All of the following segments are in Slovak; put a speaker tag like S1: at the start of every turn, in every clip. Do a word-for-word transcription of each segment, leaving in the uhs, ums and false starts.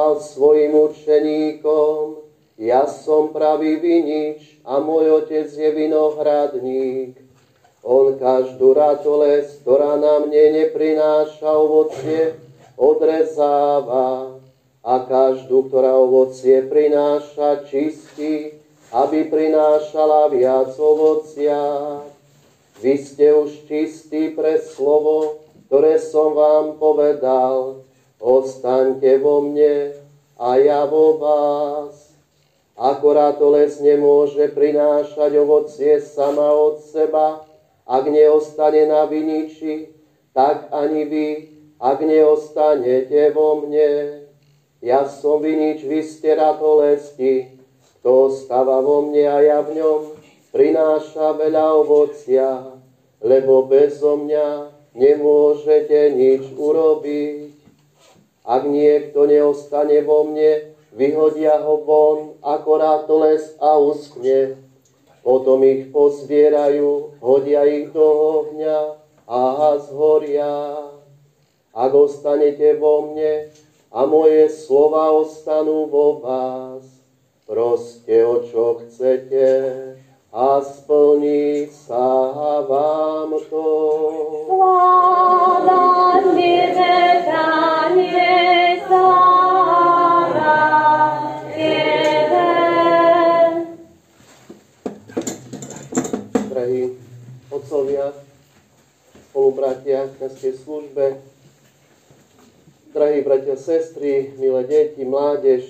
S1: povedal svojim učeníkom: Ja som pravý vinič a môj otec je vinohradník. On každú ratolesť, ktorá na mne neprináša ovocie, odrezáva, a každú, ktorá ovocie prináša, čistí, aby prinášala viac ovocia. Vy ste už čistí pre slovo, ktoré som vám povedal. Ostaňte vo mne a ja vo vás. Ako ratolesť nemôže prinášať ovocie sama od seba, ak neostane na viniči, tak ani vy, ak neostanete vo mne. Ja som vinič, vy ste ratolesti. Kto stáva vo mne a ja v ňom, prináša veľa ovocia, lebo bezo mňa nemôžete nič urobiť. Ak niekto neostane vo mne, vyhodia ho von ako ratolesť a uschne. Potom ich pozbierajú, hodia ich do ohňa a zhoria. Ak ostanete vo mne a moje slova ostanú vo vás, proste o čo chcete a splní sa vám to.
S2: Sláva nebezanie, sláva Tebe.
S1: Drahí otcovia, spolubratia v kňazskej službe, drahí bratia, sestry, milé deti, mládež,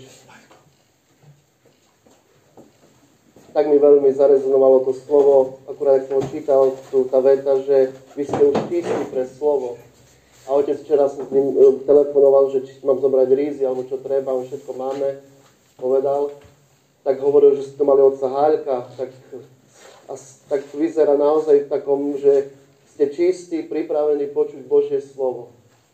S1: tak mi veľmi zarezonovalo to slovo, akurát ak som čítal tu tá veta, že vy ste už čistí pre slovo. A otec včera som s ním telefonoval, že či mám zobrať rízy, alebo čo treba, on všetko máme, povedal. Tak hovoril, že ste to mali otca Háľka, tak, a, tak vyzerá naozaj v takom, že ste čistí, pripravení počuť Božie slovo.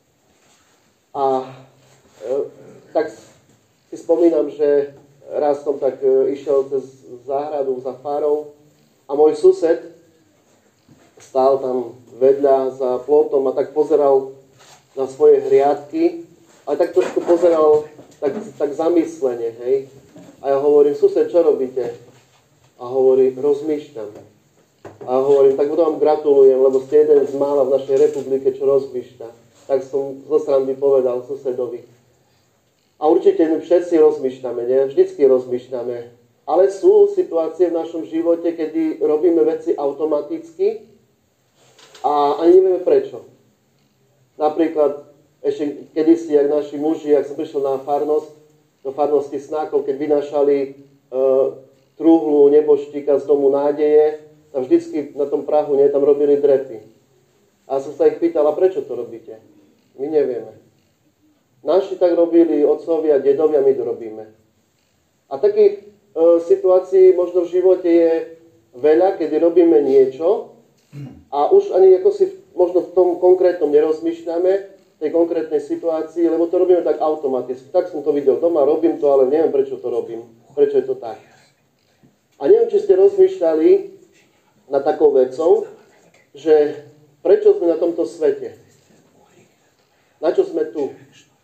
S1: A e, tak si spomínam, že raz som tak e, išiel cez záhradu za farou a môj sused stál tam vedľa za plotom a tak pozeral na svoje hriadky, ale tak trošku pozeral tak, tak zamyslene, hej. A ja hovorím: sused, čo robíte? A hovorí: rozmýšľam. A ja hovorím: tak vám gratulujem, lebo ste jeden z mála v našej republike, čo rozmýšľa. Tak som zo srandy povedal susedovi. A určite my všetci rozmýšľame, nie? Vždycky rozmýšľame. Ale sú situácie v našom živote, kedy robíme veci automaticky a ani nevieme prečo. Napríklad, ešte kedysi, jak naši muži, jak som prišiel na farnosť, do farnosti Snákov, keď vynášali e, trúhlu neboštíka z domu nádeje, tam vždycky na tom prahu, nie, tam robili drepy. A som sa ich pýtal: a prečo to robíte? My nevieme. Naši tak robili, otcovia, dedovia, my to robíme. A takých e, situácií možno v živote je veľa, kedy robíme niečo a už ani ako si možno v tom konkrétnom nerozmýšľame, v tej konkrétnej situácii, lebo to robíme tak automaticky. Tak som to videl doma, robím to, ale neviem, prečo to robím. Prečo je to tak. A neviem, či ste rozmýšľali nad takou vecou, že prečo sme na tomto svete? Na čo sme tu?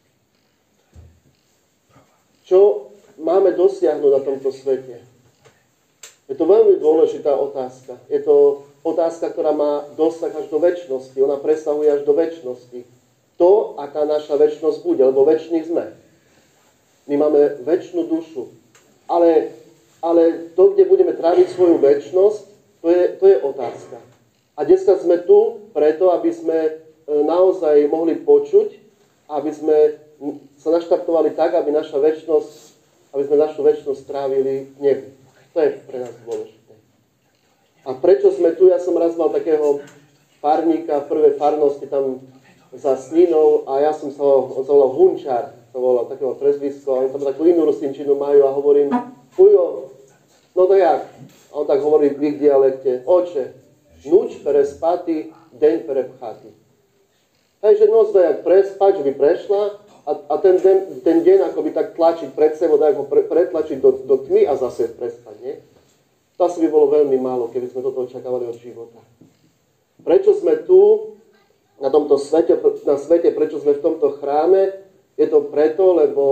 S1: Čo máme dosiahnuť na tomto svete? Je to veľmi dôležitá otázka. Je to otázka, ktorá má dosah až do večnosti. Ona presahuje až do večnosti. To, aká naša večnosť bude, lebo veční sme. My máme večnú dušu. Ale, ale to, kde budeme tráviť svoju večnosť, to je, to je otázka. A dneska sme tu preto, aby sme naozaj mohli počuť, aby sme sa naštartovali tak, aby naša večnosť, aby sme našu večnosť trávili v nebi. To je pre nás dôležité. A prečo sme tu? Ja som raz mal takého farníka v prvej farnosti tam za Snínou a ja som sa ho, on sa volal Hunčár, sa volal takého prezvisko, a on tam takú inú rustinčinu majú a hovorím: Ujo, no to jak? A on tak hovorí v ich dialekte: Oče, nuč pre spaty, deň pre pchaty. Hej, že noc dajak prespať, že by prešla a, a ten, den, ten deň akoby tak tlačiť pred sebou, dajak ho pre, pretlačiť do, do tmy a zase prespať, nie? To asi by bolo veľmi málo, keby sme toto očakávali od života. Prečo sme tu, na tomto svete, na svete, prečo sme v tomto chráme? Je to preto, lebo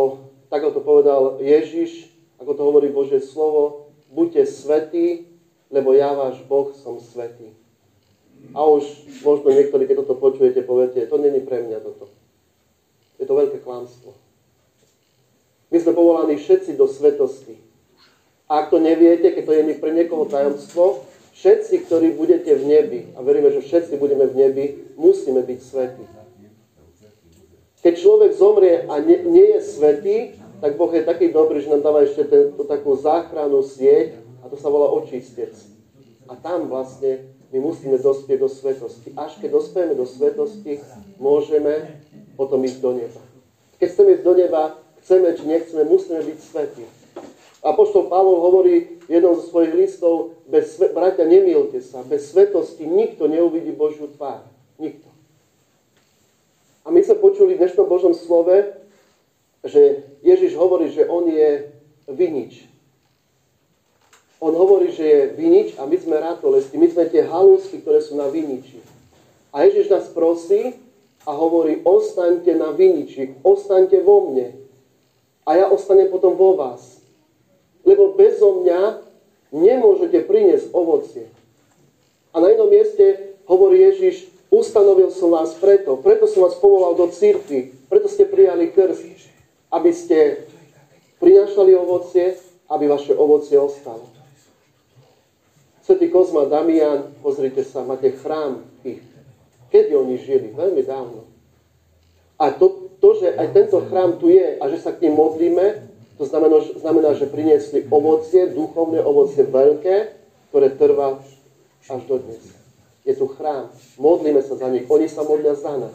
S1: tak ako to povedal Ježiš, ako to hovorí Božie slovo, buďte svätí, lebo ja váš Boh som svätý. A už možno niektorí, keď toto počujete, poviete, to není pre mňa toto. Je to veľké klamstvo. My sme povolaní všetci do svetosti. A ak to neviete, keď to je pre niekoho tajomstvo, všetci, ktorí budete v nebi, a veríme, že všetci budeme v nebi, musíme byť svätí. Keď človek zomrie a nie, nie je svätý, tak Boh je taký dobrý, že nám dáva ešte tento, takú záchrannú sieť, a to sa volá očistec. A tam vlastne my musíme dospieť do svetosti. Až keď dospieme do svetosti, môžeme potom ísť do neba. Keď chceme ísť do neba, chceme či nechceme, musíme byť svätí. Apoštol Pavol hovorí v jednom zo svojich listov, bez, bratia, nemýlte sa, bez svetosti nikto neuvidí Božiu tvár. Nikto. A my sme počuli v dnešnom Božom slove, že Ježiš hovorí, že on je vinič. On hovorí, že je vinič a my sme ratolesti. My sme tie halúsky, ktoré sú na viniči. A Ježiš nás prosí a hovorí, ostaňte na viniči, ostaňte vo mne. A ja ostanem potom vo vás. Lebo bezo mňa nemôžete priniesť ovocie. A na inom mieste hovorí Ježiš, ustanovil som vás preto, preto som vás povolal do cirkvi, preto ste prijali krst, aby ste prinášali ovocie, aby vaše ovocie ostalo. Svätý Kozma Damian, pozrite sa, máte chrám ich. Kedy oni žili? Veľmi dávno. A to, to, že aj tento chrám tu je a že sa k ním modlíme, to znamená, znamená, že priniesli ovocie, duchovné ovocie veľké, ktoré trvá až do dnes. Je tu chrám. Modlíme sa za nich. Oni sa modlia za nás.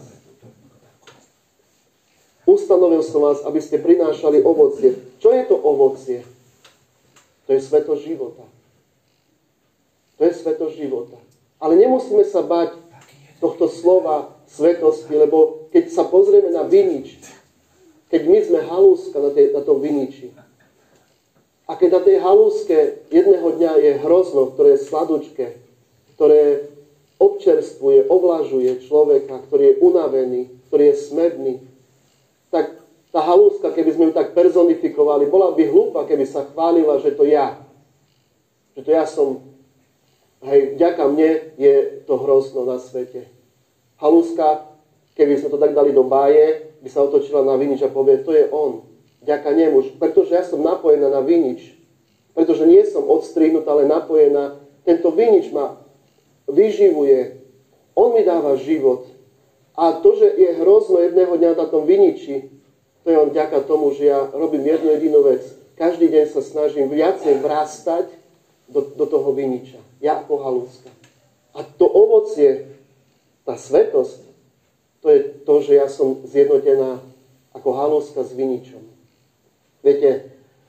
S1: Ustanovil som vás, aby ste prinášali ovocie. Čo je to ovocie? To je svätosť života. To je svätosť života. Ale nemusíme sa bať tohto slova svetosti, lebo keď sa pozrieme na vinič, keď my sme halúska na, tej, na tom viniči, a keď na tej halúske jedného dňa je hrozno, ktoré je sladučké, ktoré občerstvuje, ovlažuje človeka, ktorý je unavený, ktorý je smedný, tak tá halúska, keby sme ju tak personifikovali, bola by hlúpa, keby sa chválila, že to ja. Že to ja som, hej, vďaka mne je to hrozno na svete. Halúska, keby sme to tak dali do báje, by sa otočila na vinič a povie, to je on. Vďaka nemu. Pretože ja som napojená na vinič. Pretože nie som odstrihnutá, ale napojená. Tento vinič ma vyživuje. On mi dáva život. A to, že je hrozno jedného dňa na tom viniči, to je len vďaka tomu, že ja robím jednu jedinú vec. Každý deň sa snažím viacej vrastať do, do toho viniča. Ja ako halúska. A to ovocie, tá svätosť, to je to, že ja som zjednotená ako halúska s viničom. Viete,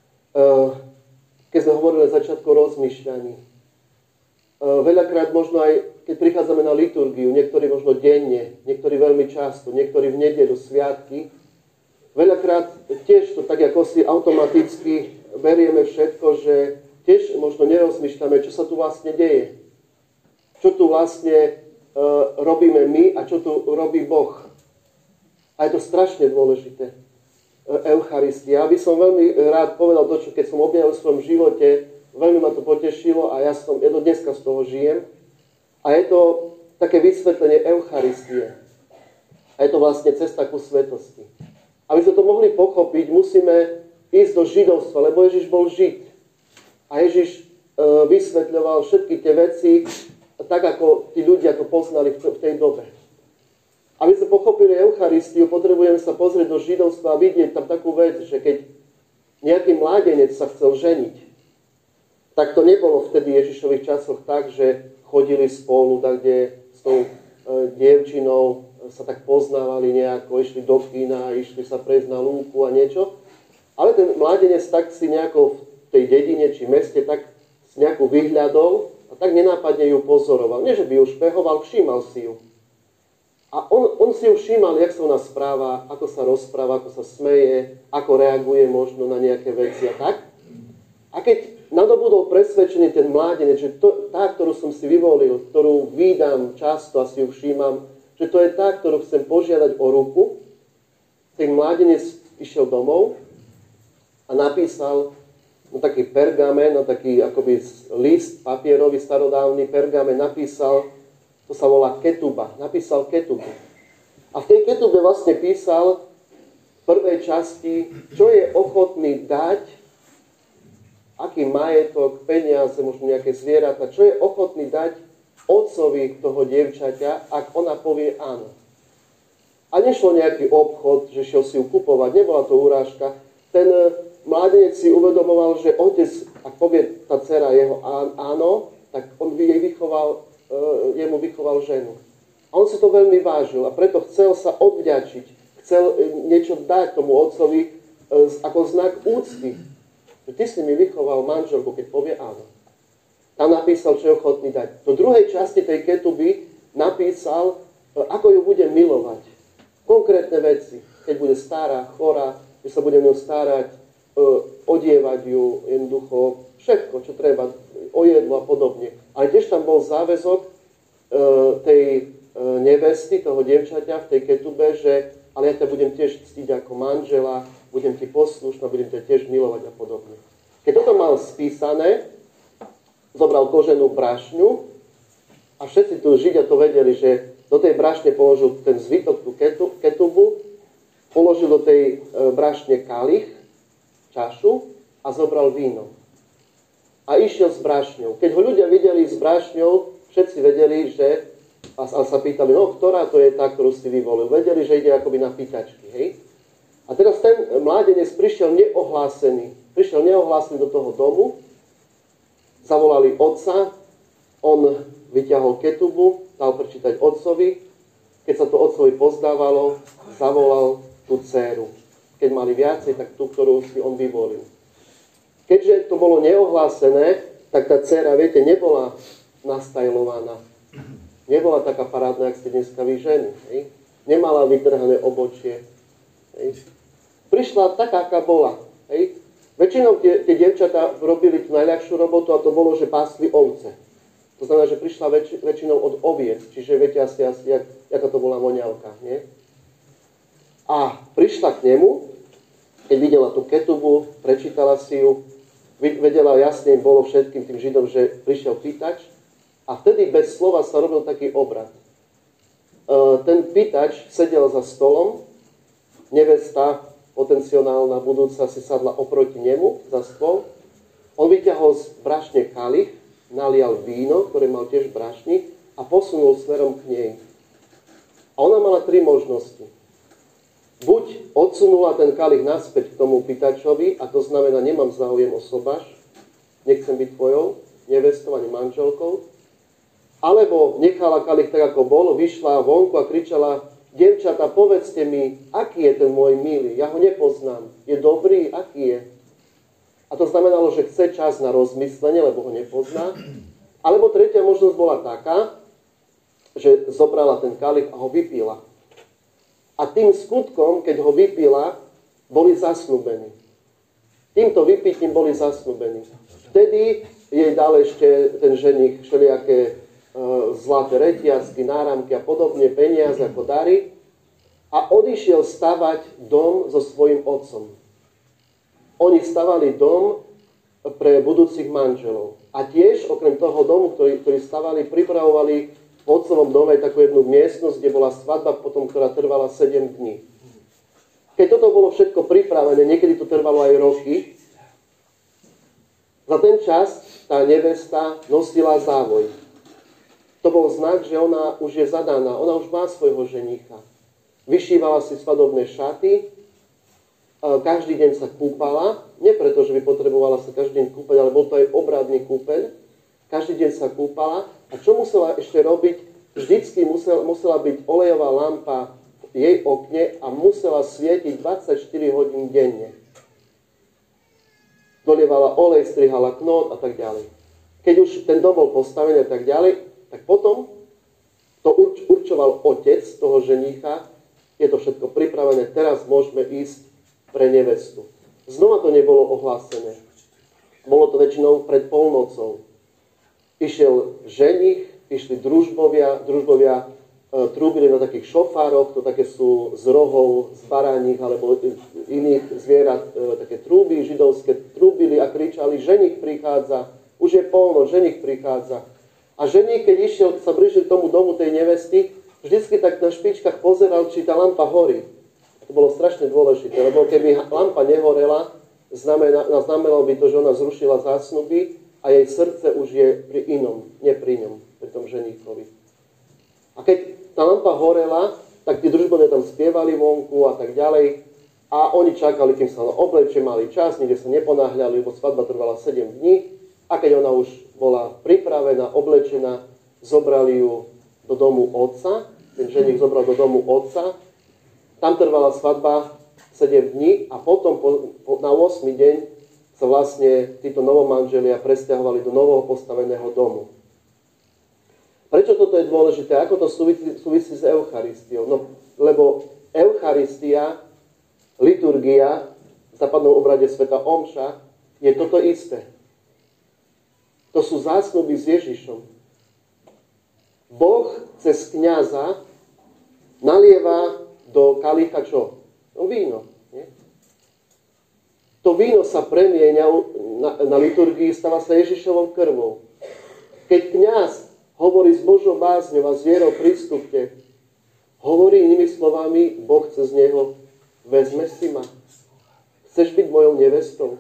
S1: keď sme hovorili na začiatku o rozmýšľaní, veľakrát možno aj, keď prichádzame na liturgiu, niektorí možno denne, niektorí veľmi často, niektorí v nedeľu, sviatky, veľakrát tiež to tak ako si automaticky berieme všetko, že tiež možno nerozmýšľame, čo sa tu vlastne deje. Čo tu vlastne uh, robíme my a čo tu robí Boh. A je to strašne dôležité. Eucharistia. Ja by som veľmi rád povedal to, čo keď som objavil v svojom živote, veľmi ma to potešilo a ja, som, ja do dneska z toho žijem. A je to také vysvetlenie Eucharistie. A je to vlastne cesta ku svetosti. Aby sme to mohli pochopiť, musíme ísť do židovstva, lebo Ježiš bol žid. A Ježiš e, vysvetľoval všetky tie veci tak, ako tí ľudia to poznali v, v tej dobe. Aby sme pochopili Eucharistiu, potrebujeme sa pozrieť do židovstva a vidieť tam takú vec, že keď nejaký mládenec sa chcel ženiť, tak to nebolo vtedy v Ježišových časoch tak, že chodili spolu, tak kde s tou e, dievčinou sa tak poznávali nejako, išli do kína, išli sa prejsť na lúku a niečo. Ale ten mládenec tak si nejako v tej dedine či meste tak s nejakou vyhľadol a tak nenápadne ju pozoroval. Nie, že by ju špehoval, všímal si ju. A on, on si ju všímal, jak sa ona správa, ako sa rozpráva, ako sa smeje, ako reaguje možno na nejaké veci a tak. A keď nadobudol presvedčenie ten mládenec, že to, tá, ktorú som si vyvolil, ktorú vídam často a si ju všímam, že to je tá, ktorú chcem požiadať o ruku, ten mládenec išiel domov a napísal na taký pergamen, na taký akoby list papierový, starodávny pergamen, napísal, to sa volá ketuba, napísal ketubu. A v tej ketube vlastne písal v prvej časti, čo je ochotný dať, aký majetok, peniaze, možno nejaké zvieratá, čo je ochotný dať otcovi toho dievčaťa, ak ona povie áno. A nešlo nejaký obchod, že šiel si ju kupovať, nebola to urážka. Ten mládenec si uvedomoval, že otec, ak povie tá dcera jeho áno, tak on by jej vychoval, jemu vychoval ženu. A on si to veľmi vážil a preto chcel sa odvďačiť, chcel niečo dať tomu otcovi ako znak úcty. Ty si mi vychoval manželku, keď povie áno. Tam napísal, čo je ochotný dať. Do druhej časti tej ketuby napísal, ako ju bude milovať. Konkrétne veci. Keď bude stará, chorá, že sa bude ňou starať, odievať ju, jednoducho všetko, čo treba, o jedlo a podobne. Ale tiež tam bol záväzok tej nevesty, toho dievčaťa v tej ketube, že ale ja ťa budem tiež ctiť ako manžela, budem ti poslušná, budem ťa tiež milovať a podobne. Keď toto mal spísané, zobral koženú brašňu a všetci tu Židia to vedeli, že do tej brašne položil ten zvytok, tú ketubu, položil do tej brašne kalich, čašu a zobral víno. A išiel s brašňou. Keď ho ľudia videli s brašňou, všetci vedeli, že, a sa pýtali, no ktorá to je tá, ktorú si vyvolil. Vedeli, že ide akoby na pýtačky, hej? A teraz ten mládenec prišiel neohlásený. Prišiel neohlásený do toho domu, zavolali otca, on vyťahol ketubu, dal prečítať otcovi. Keď sa to otcovi pozdávalo, zavolal tú dcéru. Keď mali viacej, tak tú, ktorú si on vyvolil. Keďže to bolo neohlásené, tak tá dcéra, viete, nebola nastajlovaná. Nebola taká parádna, jak ste dneska vy ženy. Hej? Nemala vytrhané obočie. Hej? Prišla taká, aká bola. Hej? Väčšinou tie, tie dievčatá robili tú najľahšiu robotu a to bolo, že pásli ovce. To znamená, že prišla väč, väčšinou od oviec, čiže viete asi, asi jak, jaká to bola voňavka, nie? A prišla k nemu, keď videla tú ketubu, prečítala si ju, vedela jasne, im bolo všetkým tým Židom, že prišiel pýtač a vtedy bez slova sa robil taký obrad. E, ten pýtač sedel za stolom, nevesta, potenciálna budúca, si sadla oproti nemu za stôl. On vyťahol z brašne kalich, nalial víno, ktoré mal tiež v brašni a posunul smerom k nej. A ona mala tri možnosti. Buď odsunula ten kalich naspäť k tomu pýtačovi, a to znamená, nemám záujem o sobáš, nechcem byť tvojou nevestou ani manželkou, alebo nechala kalich tak, ako bol, vyšla vonku a kričala, dievčata, povedzte mi, aký je ten môj milý, ja ho nepoznám, je dobrý, aký je? A to znamenalo, že chce čas na rozmyslenie, lebo ho nepozná. Alebo tretia možnosť bola taká, že zobrala ten kalich a ho vypila. A tým skutkom, keď ho vypila, boli zasnúbení. Týmto vypitím boli zasnúbení. Vtedy jej dal ešte ten ženich všelijaké e, zlaté reťazky, náramky a podobne, peniaze ako dary. A odišiel stavať dom so svojím otcom. Oni stavali dom pre budúcich manželov. A tiež, okrem toho domu, ktorý, ktorý stavali, pripravovali v otcovom dome takú jednu miestnosť, kde bola svadba, potom, ktorá trvala sedem dní. Keď toto bolo všetko pripravené, niekedy to trvalo aj roky, za ten čas tá nevesta nosila závoj. To bol znak, že ona už je zadaná, ona už má svojho ženicha. Vyšívala si svadobné šaty, každý deň sa kúpala, nie preto, že by potrebovala sa každý deň kúpať, ale bol to aj obradný kúpeľ. Každý deň sa kúpala. A čo musela ešte robiť? Vždycky musel, musela byť olejová lampa v jej okne a musela svietiť dvadsaťštyri hodín denne. Dolievala olej, strihala knôt a tak ďalej. Keď už ten dom bol postavený a tak ďalej, tak potom to urč, určoval otec toho ženicha. Je to všetko pripravené, teraz môžeme ísť pre nevestu. Znova to nebolo ohlásené. Bolo to väčšinou pred polnocou. Išiel ženich, išli družbovia, družbovia e, trúbili na takých šofároch, to také sú z rohov, z baráních alebo iných zvierat, také trúby židovské, trúbili a kričali, ženich prichádza, už je polnoc, ženich prichádza. A ženich, keď išiel sa blížiť tomu domu tej nevesty, vždycky tak na špičkách pozeral, či tá lampa horí. To bolo strašne dôležité, lebo keby lampa nehorela, znamenalo by to, že ona zrušila zásnuby a jej srdce už je pri inom, nie pri ňom, pri tom ženichovi. A keď tá lampa horela, tak tí družbovia tam spievali vonku a tak ďalej. A oni čakali, kým sa oblečie, mali čas, nikde sa neponáhľali, lebo svadba trvala sedem dní. A keď ona už bola pripravená, oblečená, zobrali ju do domu otca. Ten ženich zobral do domu otca. Tam trvala svadba sedem dní a potom po, po, na ôsmy deň sa vlastne títo novomanželia presťahovali do novoho postaveného domu. Prečo toto je dôležité? Ako to súvisí, súvisí s Eucharistiou? No, lebo Eucharistia, liturgia, v západnom obrade svätá omša, je toto isté. To sú zásnuby s Ježišom. Boh cez kňaza nalieva do kalícha čo? No víno. Nie? To víno sa premieňa na, na liturgii, stáva sa Ježišovou krvou. Keď kňaz hovorí s Božou bázňou a s vierou prístupte, hovorí inými slovami, Boh cez neho, vezme si ma. Chceš byť mojou nevestou?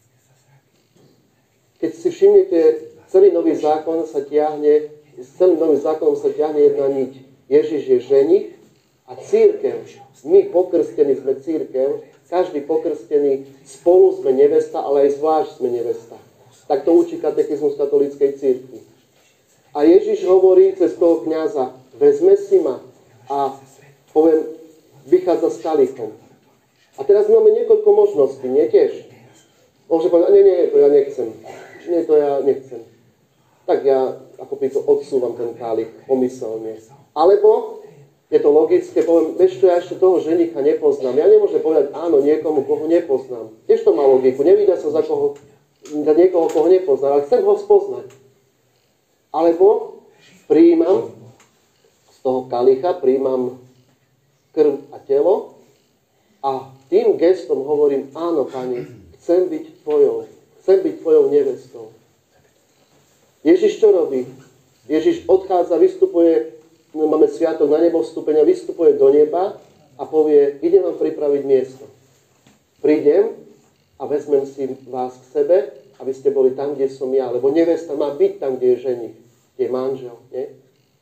S1: Keď si všimnete, celý nový zákon sa tiahne, s celým novým zákonom sa tiahne jedna niť. Ježiš je ženich a cirkev. My pokrstení sme cirkev, každý pokrstený spolu sme nevesta, ale aj zvlášť sme nevesta. Tak to učí katechizmus katolíckej cirkvi. A Ježiš hovorí cez toho kňaza, vezme si ma a poviem, vychádza s kalichom. A teraz máme niekoľko možností, nie tiež? Môže povedať, nie, nie, to ja nechcem. Nie, to ja nechcem. Tak ja ako by to odsúvam ten kalich pomyselne. Alebo je to logické, poviem, vieš čo, ja ešte toho ženicha nepoznám. Ja nemôžem povedať áno niekomu, koho nepoznám. Tiež to má logiku, nevidia sa za, koho, za niekoho, koho nepoznám, ale chcem ho spoznať. Alebo prijímam z toho kalicha, prijímam krv a telo a tým gestom hovorím, áno, Pani, chcem byť tvojou, chcem byť tvojou nevestou. Ježiš čo robí? Ježiš odchádza, vystupuje, máme sviatok na nebo vstúpenia, vystupuje do neba a povie, idem vám pripraviť miesto. Prídem a vezmem si vás k sebe, aby ste boli tam, kde som ja. Lebo nevesta má byť tam, kde je ženich, kde je manžel. Nie?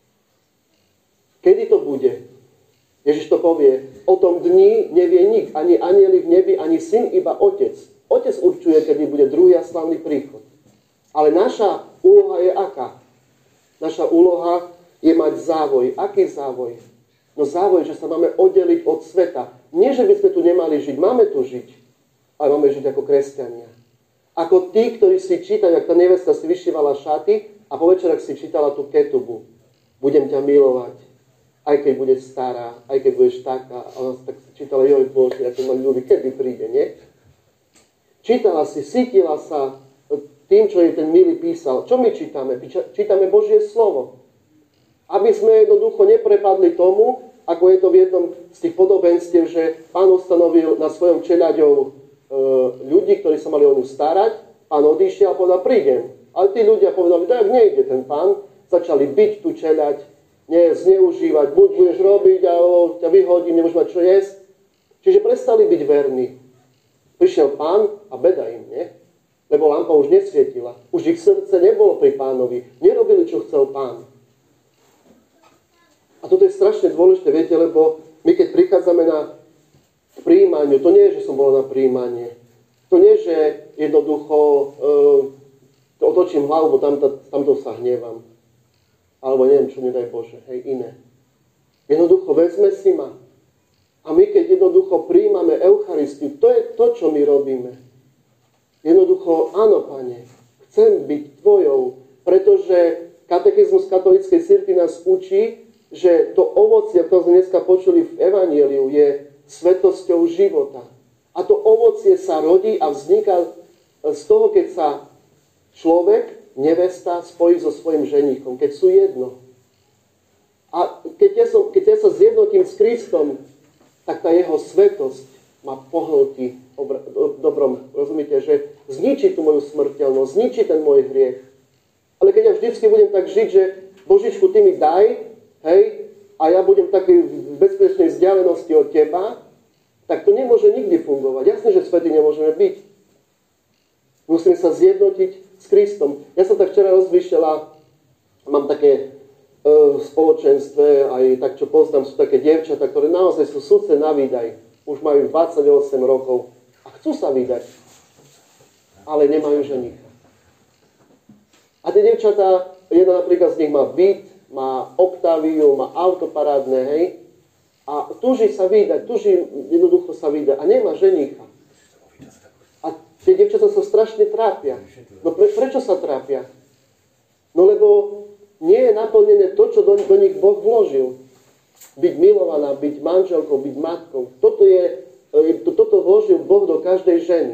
S1: Kedy to bude? Ježiš to povie, o tom dni nevie nik, ani anjeli v nebi, ani syn, iba otec. Otec určuje, kedy bude druhý a slavný príchod. Ale naša úloha je aká? Naša úloha je mať závoj. Aký závoj? No závoj, že sa máme oddeliť od sveta. Nie, že by sme tu nemali žiť, máme tu žiť, ale máme žiť ako kresťania. Ako tí, ktorí si čítajú, ak tá nevesta si vyšívala šaty a po večerách si čítala tú ketubu. Budem ťa milovať, aj keď budeš stará, aj keď budeš taká. A ona tak si čítala, joj Bože, ako ma ľúbi, kedy príde, nie? Čítala si, cítila sa tým, čo jej ten milý písal. Čo my čítame? Čítame Božie slovo. Aby sme jednoducho neprepadli tomu, ako je to v jednom z tých podobenstiev, že Pán ustanovil na svojom čeľaďou ľudí, ktorí sa mali o ňu starať, pán odišiel a povedal, prídem. Ale tí ľudia povedali, tak nejde ten pán, začali byť tu čeľať, nie, zneužívať, buď budeš robiť a o, ťa vyhodím, nemôžeš mať čo jesť. Čiže prestali byť verní. Prišiel pán a beda im, nie? Lebo lampa už nesvietila. Už ich srdce nebolo pri pánovi. Nerobili, čo chcel pán. A toto je strašne dôležité, viete, lebo my keď prichádzame na príjmaniu, to nie je, že som bol na príjmanie. To nie je, že jednoducho e, otočím hlavu, bo tamto, tamto sa hnevam. Alebo neviem, čo nedaj Bože, hej, iné. Jednoducho vezme si ma. A my keď jednoducho príjmame Eucharistiu, to je to, čo my robíme. Jednoducho, áno, Pane, chcem byť tvojou, pretože katechizmus katolíckej cirkvi nás učí, že to ovocie, ktoré sme dneska počuli v Evanjeliu, je svetosťou života. A to ovocie sa rodí a vzniká z toho, keď sa človek, nevesta, spojí so svojím ženíchom, keď sú jedno. A keď ja som zjednotím s Kristom, tak tá jeho svetosť ma pohltí obra- do- dobrom. Rozumíte, že zničí tú moju smrteľnosť, zničí ten môj hriech. Ale keď ja vždycky budem tak žiť, že Božičku, ty mi daj, hej, a ja budem taký v bezpečnej vzdialenosti od teba, tak to nemôže nikdy fungovať. Jasne, že svätí nemôžeme byť. Musíme sa zjednotiť s Kristom. Ja som tak včera rozmýšľala, mám také e, v spoločenstve, aj tak, čo poznám, sú také dievčatá, ktoré naozaj sú sudce na výdaj. Už majú dvadsaťosem rokov a chcú sa vydať, ale nemajú ženicha. A tie dievčatá, jedna napríklad z nich má byt, má Octaviu, má auto parádne, hej, a túži sa vydať, túži jednoducho sa vydať a nemá ženicha. A tie dievčatá sa strašne trápia. No pre, prečo sa trápia? No lebo nie je naplnené to, čo do, do nich Boh vložil. Byť milovaná, byť manželkou, byť matkou. Toto, je, to, toto vložil Boh do každej ženy.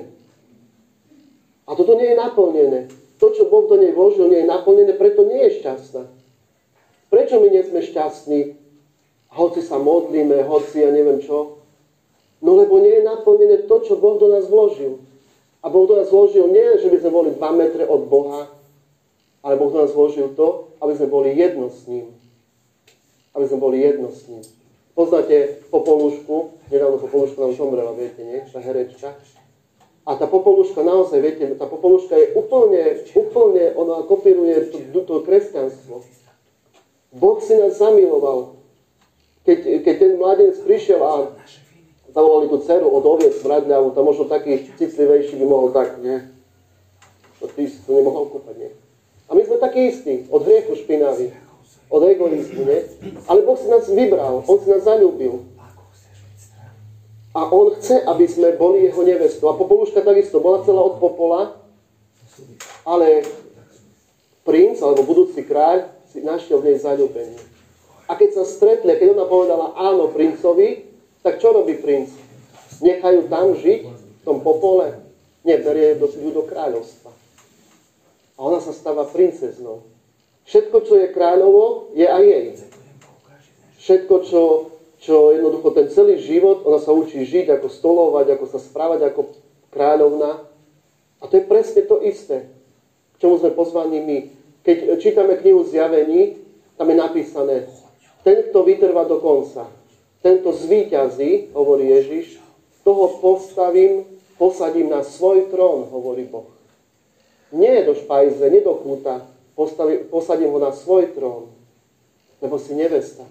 S1: A toto nie je naplnené. To, čo Boh do nej vložil, nie je naplnené, preto nie je šťastná. Prečo my nie sme šťastní? Hoci sa modlíme, hoci ja neviem čo. No lebo nie je naplnené to, čo Boh do nás vložil. A Boh do nás vložil nie, že by sme boli dva metre od Boha, ale Boh do nás vložil to, aby sme boli jedno s ním. Aby sme boli jedno s ním. Poznáte Popolušku? Nedávno Popoluška nám zomrela, viete, nie? Tá herečka. A tá Popoluška naozaj, viete, tá Popoluška je úplne, úplne, ona kopíruje to, to kresťanstvo. Boh si nás zamiloval. Keď, keď ten mladenec prišiel a zavolali tú dceru od oviec smradľavú, tam možno taký citlivejší by mohol tak, nie? No ty si to nemohol kúpať, nie? A my sme takí istí, od hriechu špinaví, od egoizmu, nie? Ale Boh si nás vybral, On si nás zaľúbil. A On chce, aby sme boli Jeho nevestou. A Popoluška takisto bola celá od popola, ale princ, alebo budúci kráľ, si našiel v nej zaľúbenie. A keď sa stretli, keď ona povedala áno princovi, tak čo robí princ? Nechajú tam žiť, v tom popole? Nie, berie ju do, do kráľovstva. A ona sa stáva princeznou. Všetko, čo je kráľovo, je aj jej. Všetko, čo, čo jednoducho ten celý život, ona sa učí žiť, ako stolovať, ako sa správať ako kráľovna. A to je presne to isté, k čomu sme pozvaní my. Keď čítame knihu Zjavení, tam je napísané, ten, kto vytrvá do konca, tento zvíťazí, hovorí Ježiš, toho postavím, posadím na svoj trón, hovorí Boh. Nie do špajze, nie do kúta, postavím, posadím ho na svoj trón, lebo si nevesta.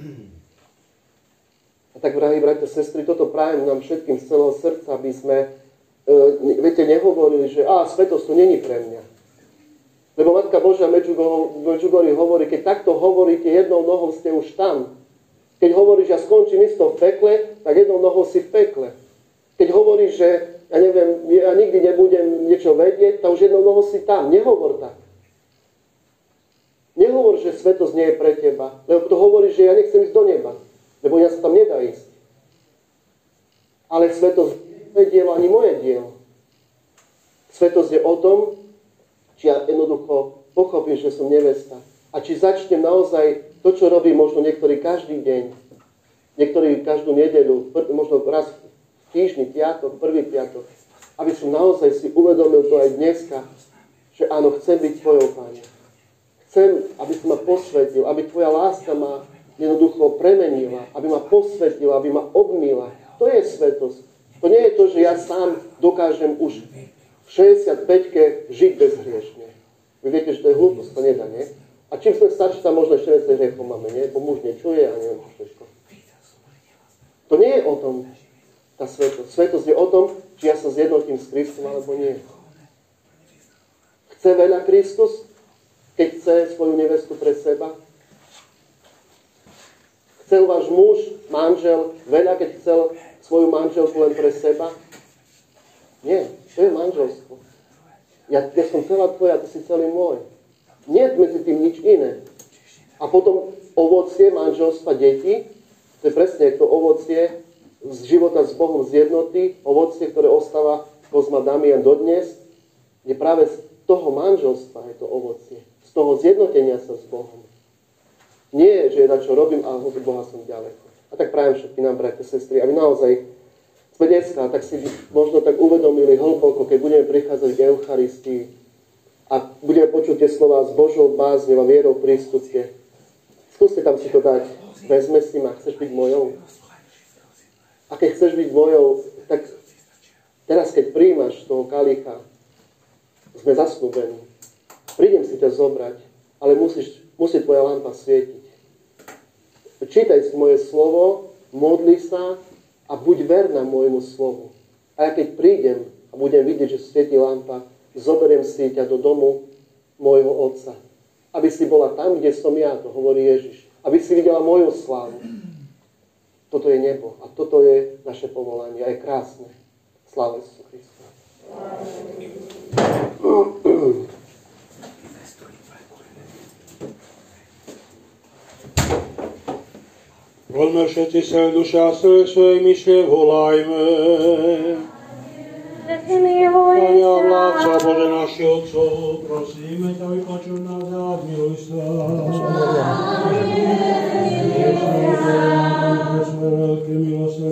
S1: A tak, drahí bratia, sestry, toto prajem nám všetkým z celého srdca, aby sme, e, viete, nehovorili, že a, svetosť to není pre mňa. Lebo Matka Božia Medžugorí hovorí, keď takto hovoríte, jednou nohou ste už tam. Keď hovoríš, ja skončím isto v pekle, tak jednou nohou si v pekle. Keď hovoríš, že ja neviem, ja nikdy nebudem niečo vedieť, tak už jednou nohou si tam. Nehovor tak. Nehovor, že svetosť nie je pre teba. Lebo to hovoríš, že ja nechcem ísť do neba. Lebo ja sa tam nedá ísť. Ale svetosť nie je tvoje dielo, ani moje dielo. Svetosť je o tom, či ja jednoducho pochopím, že som nevesta. A či začnem naozaj to, čo robí možno niektorí každý deň, niektorí každú nedeľu, možno raz v týždni, piatok, prvý piatok, aby som naozaj si uvedomil to aj dneska, že áno, chcem byť tvojou, Pane. Chcem, aby si ma posvetil, aby tvoja láska ma jednoducho premenila, aby ma posvetila, aby ma obmýla. To je svetosť. To nie je to, že ja sám dokážem už v šesťdesiatpäťke žiť bezhriešne. Vy viete, že to je hlúposť, to nedá, nie? A čím sme starší, tam možno ešte viacej hriechov máme, nie? Bo muž nečuje a neviem čo všetko. To nie je o tom, tá svetosť. Svetosť je o tom, či ja sa zjednotím s Kristom, alebo nie. Chce veľa Kristus, keď chce svoju nevestu pre seba? Chcel váš muž, manžel, veľa, keď chcel svoju manželku len pre seba? Nie, to je manželstvo. Ja, ja som celá tvoja, ty si celý môj. Nie je medzi tým nič iné. A potom ovocie manželstva detí, to je presne to ovocie z života s Bohom z jednoty, ovocie, ktoré ostáva Kozma Damian dodnes, je práve z toho manželstva je to ovocie. Z toho zjednotenia sa s Bohom. Nie, že ja čo robím a od Boha som ďaleko. A A tak prajem všetkým nám, bratia, sestry, aby naozaj sme detská, tak si možno tak uvedomili hlboko, keď budeme prichádzať k Eucharistii a budeme počuť tie slova s Božou bázňou a vierou prístupte. Skúste tam si to dať. Vezme si ma, chceš byť mojou? A keď chceš byť mojou, tak teraz, keď príjmaš toho kalicha, sme zasnúbení. Prídem si ťa zobrať, ale musíš, musí tvoja lampa svietiť. Čítaj si moje slovo, modli sa a buď verná môjmu slovu. A ja keď prídem a budem vidieť, že svieti lampa, zoberiem si ťa do domu môjho Otca. Aby si bola tam, kde som ja, to hovorí Ježiš. Aby si videla moju slávu. Toto je nebo a toto je naše povolanie. A je krásne. Sláva Isusu Kristu.
S3: Poďme všetci sa duša srdce svojej myšle volajme. Pane a vládca Bože naši Otcov, prosíme ťa, vypočuj nás a miluj sa. Amen.